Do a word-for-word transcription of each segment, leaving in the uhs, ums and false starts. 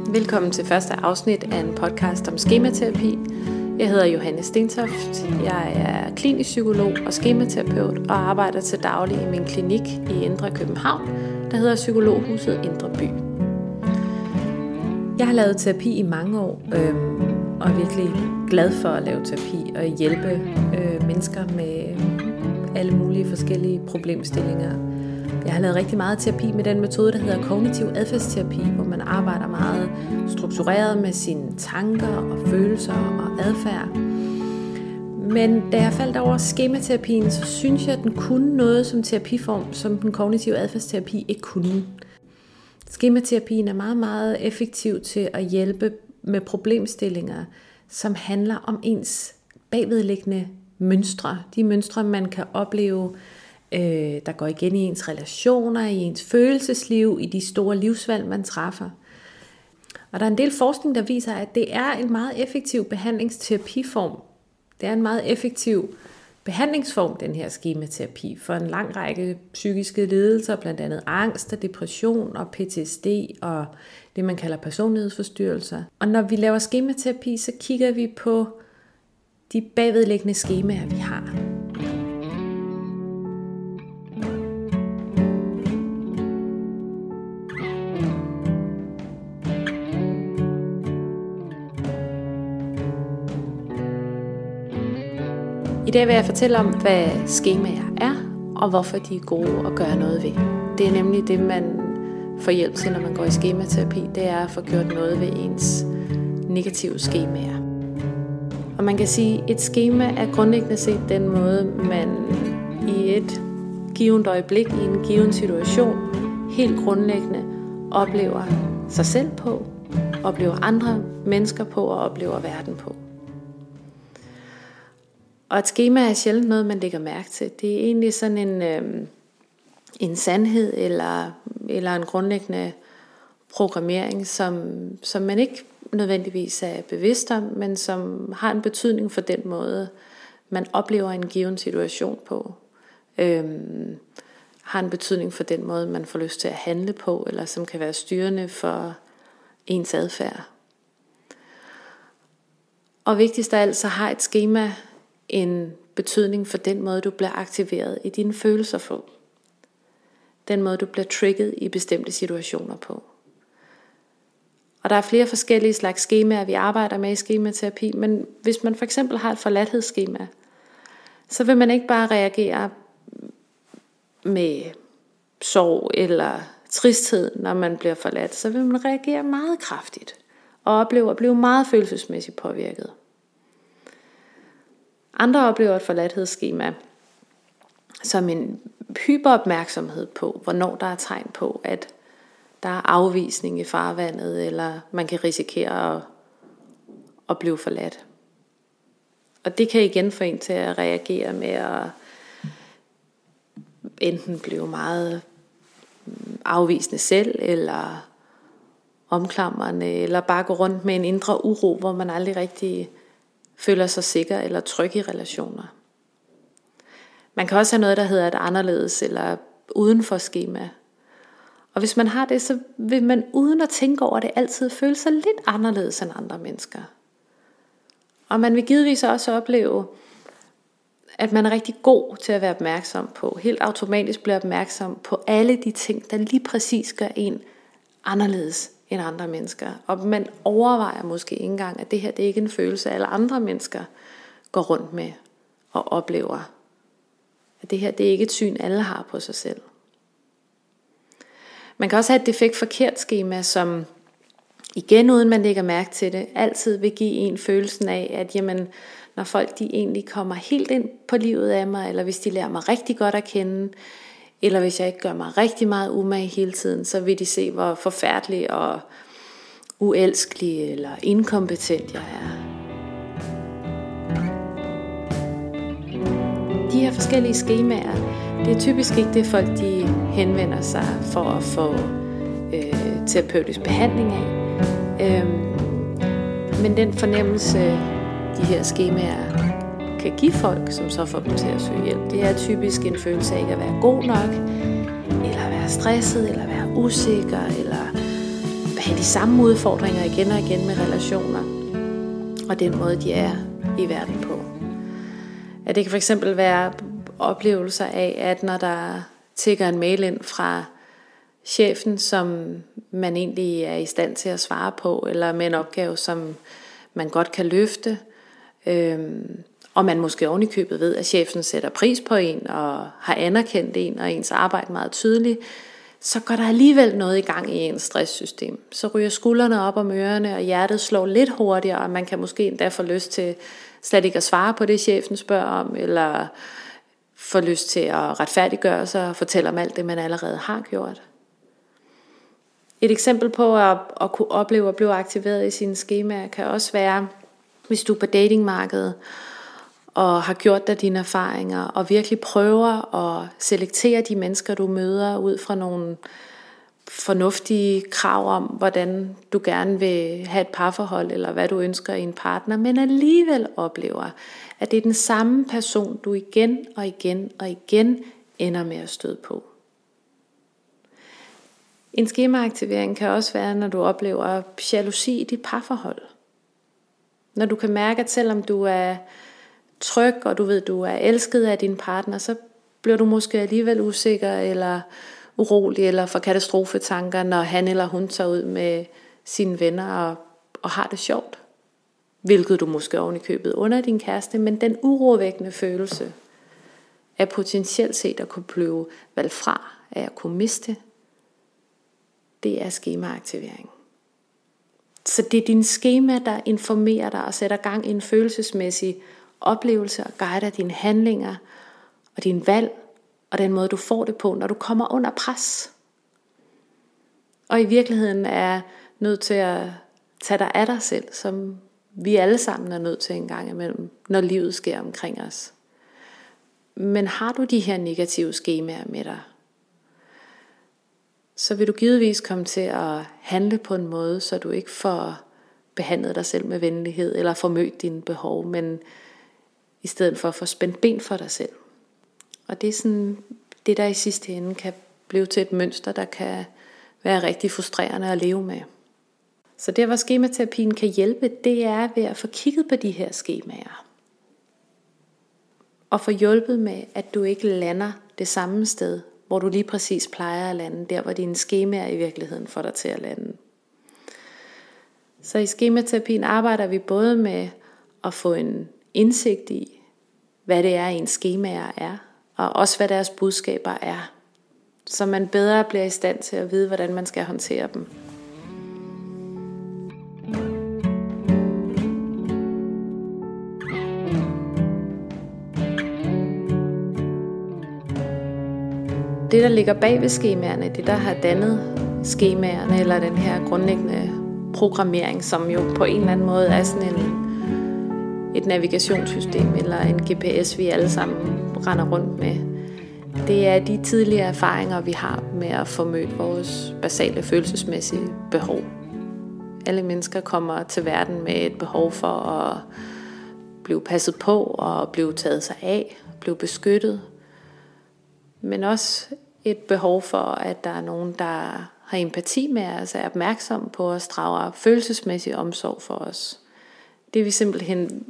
Velkommen til første afsnit af en podcast om skematerapi. Jeg hedder Johanne Stentoft. Jeg er klinisk psykolog og skematerapeut og arbejder til daglig i min klinik i Indre København, der hedder Psykologhuset Indre By. Jeg har lavet terapi i mange år øh, og er virkelig glad for at lave terapi og hjælpe øh, mennesker med alle mulige forskellige problemstillinger. Jeg har lavet rigtig meget terapi med den metode, der hedder kognitiv adfærdsterapi, hvor man arbejder meget struktureret med sine tanker og følelser og adfærd. Men da jeg faldt over skematerapien, så synes jeg, at den kunne noget som terapiform, som den kognitive adfærdsterapi ikke kunne. Skematerapien er meget, meget effektiv til at hjælpe med problemstillinger, som handler om ens bagvedliggende mønstre. De mønstre, man kan opleve, øh, der går igen i ens relationer, i ens følelsesliv, i de store livsvalg, man træffer. Og der er en del forskning, der viser, at det er en meget effektiv behandlingsterapiform. Det er en meget effektiv behandlingsform, den her skematerapi, for en lang række psykiske lidelser, blandt andet angst og depression og P T S D og det, man kalder personlighedsforstyrrelser. Og når vi laver skematerapi, så kigger vi på de bagvedliggende skemaer, vi har. I dag vil jeg fortælle om, hvad skemaer er, og hvorfor de er gode at gøre noget ved. Det er nemlig det, man får hjælp til, når man går i skematerapi. Det er at få gjort noget ved ens negative skemaer. Og man kan sige, at et skema er grundlæggende set den måde, man i et givet øjeblik, i en given situation, helt grundlæggende oplever sig selv på, oplever andre mennesker på og oplever verden på. Og et skema er sjældent noget, man lægger mærke til. Det er egentlig sådan en, øh, en sandhed eller, eller en grundlæggende programmering, som, som man ikke nødvendigvis er bevidst om, men som har en betydning for den måde, man oplever en given situation på. Øhm, har en betydning for den måde, man får lyst til at handle på, eller som kan være styrende for ens adfærd. Og vigtigst af alt, så har et skema en betydning for den måde, du bliver aktiveret i dine følelser på. Den måde, du bliver trigget i bestemte situationer på. Og der er flere forskellige slags skemaer, vi arbejder med i skematerapi, men hvis man for eksempel har et forladthedsskema, så vil man ikke bare reagere med sorg eller tristhed, når man bliver forladt, så vil man reagere meget kraftigt og opleve at blive meget følelsesmæssigt påvirket. Andre oplever et forladthedsskema som en hyperopmærksomhed på, hvornår der er tegn på, at der er afvisning i farvandet, eller man kan risikere at, at blive forladt. Og det kan igen få en til at reagere med at enten blive meget afvisende selv, eller omklamrende, eller bare gå rundt med en indre uro, hvor man aldrig rigtig føler sig sikker eller tryg i relationer. Man kan også have noget, der hedder et anderledes eller uden for skema. Og hvis man har det, så vil man uden at tænke over det altid føle sig lidt anderledes end andre mennesker. Og man vil givetvis også opleve, at man er rigtig god til at være opmærksom på, helt automatisk bliver opmærksom på alle de ting, der lige præcis gør en anderledes end andre mennesker. Og man overvejer måske ikke engang, at det her det er ikke en følelse, alle andre mennesker går rundt med og oplever. At det her det er ikke et syn, alle har på sig selv. Man kan også have et defekt forkert skema, som igen uden man lægger mærke til det, altid vil give en følelsen af, at jamen, når folk de egentlig kommer helt ind på livet af mig, eller hvis de lærer mig rigtig godt at kende, eller hvis jeg ikke gør mig rigtig meget umage hele tiden, så vil de se, hvor forfærdelig og uelskelig eller inkompetent jeg er. De her forskellige skemaer, det er typisk ikke det, folk de henvender sig for at få øh, terapeutisk behandling af. Øhm, men den fornemmelse, de her skemaer kan give folk, som så får dem til at søge hjælp, det er typisk en følelse af ikke at være god nok, eller at være stresset, eller at være usikker, eller have de samme udfordringer igen og igen med relationer, og den måde, de er i verden på. At det kan fx være oplevelser af, at når der tikker en mail ind fra chefen, som man egentlig er i stand til at svare på, eller med en opgave, som man godt kan løfte, øhm, og man måske oven i købet ved, at chefen sætter pris på en, og har anerkendt en, og ens arbejde meget tydeligt, så går der alligevel noget i gang i ens stresssystem. Så ryger skuldrene op om ørerne, og hjertet slår lidt hurtigere, og man kan måske endda få lyst til slet ikke at svare på det, chefen spørger om, eller få lyst til at retfærdiggøre sig og fortælle om alt det, man allerede har gjort. Et eksempel på at, at kunne opleve at blive aktiveret i sine skemaer kan også være, hvis du er på datingmarkedet og har gjort dig dine erfaringer og virkelig prøver at selektere de mennesker, du møder ud fra nogle fornuftige krav om, hvordan du gerne vil have et parforhold, eller hvad du ønsker i en partner, men alligevel oplever, at det er den samme person, du igen og igen og igen ender med at støde på. En skemaaktivering kan også være, når du oplever jalousi i dit parforhold. Når du kan mærke, at selvom du er tryg, og du ved, du er elsket af din partner, så bliver du måske alligevel usikker, eller urolig, eller får katastrofetanker, når han eller hun tager ud med sine venner og, og har det sjovt. Hvilket du måske oven i købet under din kæreste, men den urovækkende følelse af potentielt set at kunne blive valgt fra, af at kunne miste, det er skemaaktivering. Så det er din skema, der informerer dig og sætter gang i en følelsesmæssig oplevelse og guider dine handlinger og din valg og den måde, du får det på, når du kommer under pres. Og i virkeligheden er nødt til at tage dig af dig selv, som vi alle sammen er nødt til en gang imellem, når livet sker omkring os. Men har du de her negative skemaer med dig, så vil du givetvis komme til at handle på en måde, så du ikke får behandlet dig selv med venlighed, eller får mødt dine behov, men i stedet for at få spændt ben for dig selv. Og det er sådan det, der i sidste ende kan blive til et mønster, der kan være rigtig frustrerende at leve med. Så der, hvor skematerapien kan hjælpe, det er ved at få kigget på de her skemaer. Og få hjulpet med, at du ikke lander det samme sted, hvor du lige præcis plejer at lande, der hvor dine skemaer i virkeligheden får dig til at lande. Så i skematerapien arbejder vi både med at få en indsigt i, hvad det er, ens skemaer er, og også hvad deres budskaber er, så man bedre bliver i stand til at vide, hvordan man skal håndtere dem. Det, der ligger bag ved skemaerne, det der har dannet skemaerne, eller den her grundlæggende programmering, som jo på en eller anden måde er sådan en, et navigationssystem, eller en G P S, vi alle sammen render rundt med. Det er de tidligere erfaringer, vi har med at få mødt vores basale følelsesmæssige behov. Alle mennesker kommer til verden med et behov for at blive passet på, og blive taget sig af, blive beskyttet. Men også et behov for, at der er nogen, der har empati med os, er opmærksom på os, drager følelsesmæssig omsorg for os. Det er vi simpelthen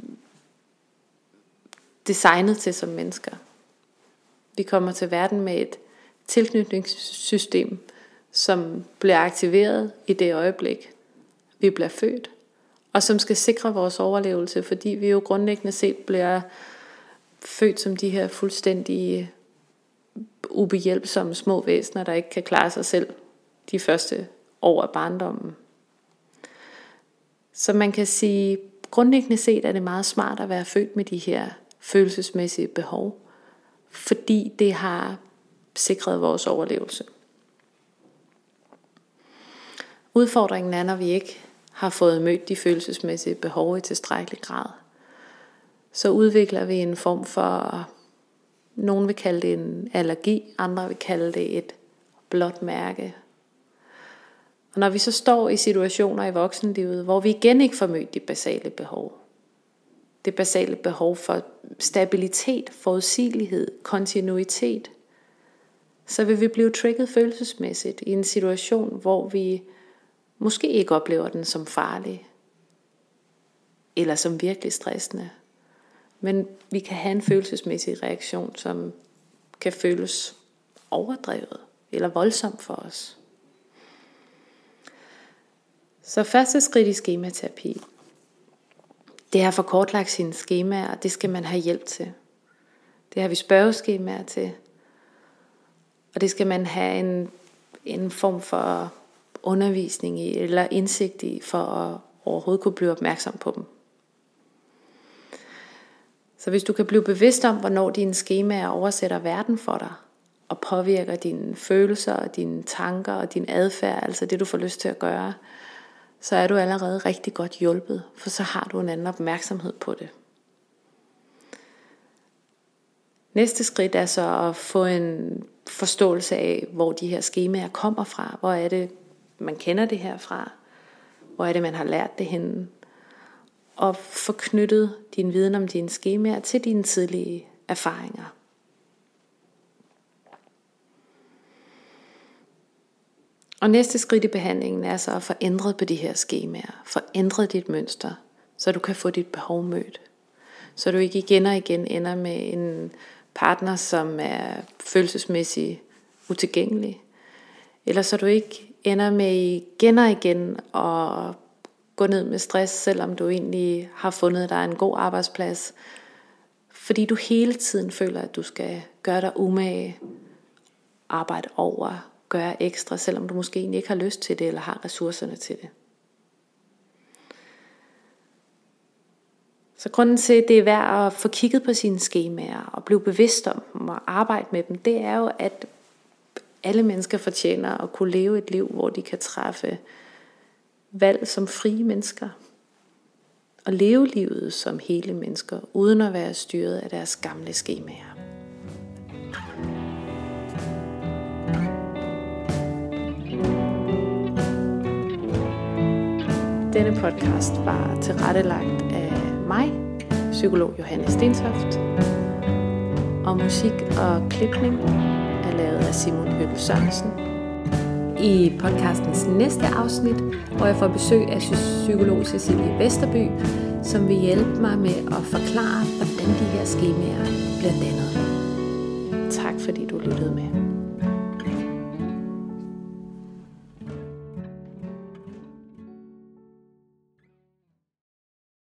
designet til som mennesker. Vi kommer til verden med et tilknytningssystem, som bliver aktiveret i det øjeblik, vi bliver født, og som skal sikre vores overlevelse, fordi vi jo grundlæggende set bliver født som de her fuldstændige ubehjælpsomme små væsener, der ikke kan klare sig selv de første år af barndommen. Så man kan sige, grundlæggende set er det meget smart at være født med de her følelsesmæssige behov, fordi det har sikret vores overlevelse. Udfordringen er, når vi ikke har fået mødt de følelsesmæssige behov i tilstrækkelig grad, så udvikler vi en form for, nogen vil kalde det en allergi, andre vil kalde det et blåt mærke. Og når vi så står i situationer i voksenlivet, hvor vi igen ikke får mødt de basale behov, det basale behov for stabilitet, forudsigelighed, kontinuitet, så vil vi blive trigget følelsesmæssigt i en situation, hvor vi måske ikke oplever den som farlig, eller som virkelig stressende. Men vi kan have en følelsesmæssig reaktion, som kan føles overdrevet eller voldsom for os. Så første skridt i skematerapi, det er at få kortlagt sine skemaer, og det skal man have hjælp til. Det har vi spørgeskemaer til, og det skal man have en, en form for undervisning i, eller indsigt i, for at overhovedet kunne blive opmærksom på dem. Så hvis du kan blive bevidst om, hvornår dine skemaer oversætter verden for dig, og påvirker dine følelser, og dine tanker, og din adfærd, altså det du får lyst til at gøre, så er du allerede rigtig godt hjulpet, for så har du en anden opmærksomhed på det. Næste skridt er så at få en forståelse af, hvor de her skemaer kommer fra. Hvor er det, man kender det her fra? Hvor er det, man har lært det henne? Og få knyttet din viden om dine skemaer til dine tidlige erfaringer. Og næste skridt i behandlingen er så at få ændret på de her skemaer. Få ændret dit mønster, så du kan få dit behov mødt. Så du ikke igen og igen ender med en partner, som er følelsesmæssigt utilgængelig. Eller så du ikke ender med igen og igen at gå ned med stress, selvom du egentlig har fundet dig en god arbejdsplads. Fordi du hele tiden føler, at du skal gøre dig umage, arbejde over, gøre ekstra, selvom du måske egentlig ikke har lyst til det, eller har ressourcerne til det. Så grunden til, at det er værd at få kigget på sine skemaer, og blive bevidst om dem, og arbejde med dem, det er jo, at alle mennesker fortjener at kunne leve et liv, hvor de kan træffe valg som frie mennesker, og leve livet som hele mennesker, uden at være styret af deres gamle skemaer. Denne podcast var tilrettelagt af mig, psykolog Johanne Stentoft, og musik og klipning er lavet af Simon Høbel Sørensen. I podcastens næste afsnit, hvor jeg får besøg af psykolog Cecilie Vesterby, som vil hjælpe mig med at forklare, hvordan de her skemaer bliver dannet. Tak fordi du lyttede med.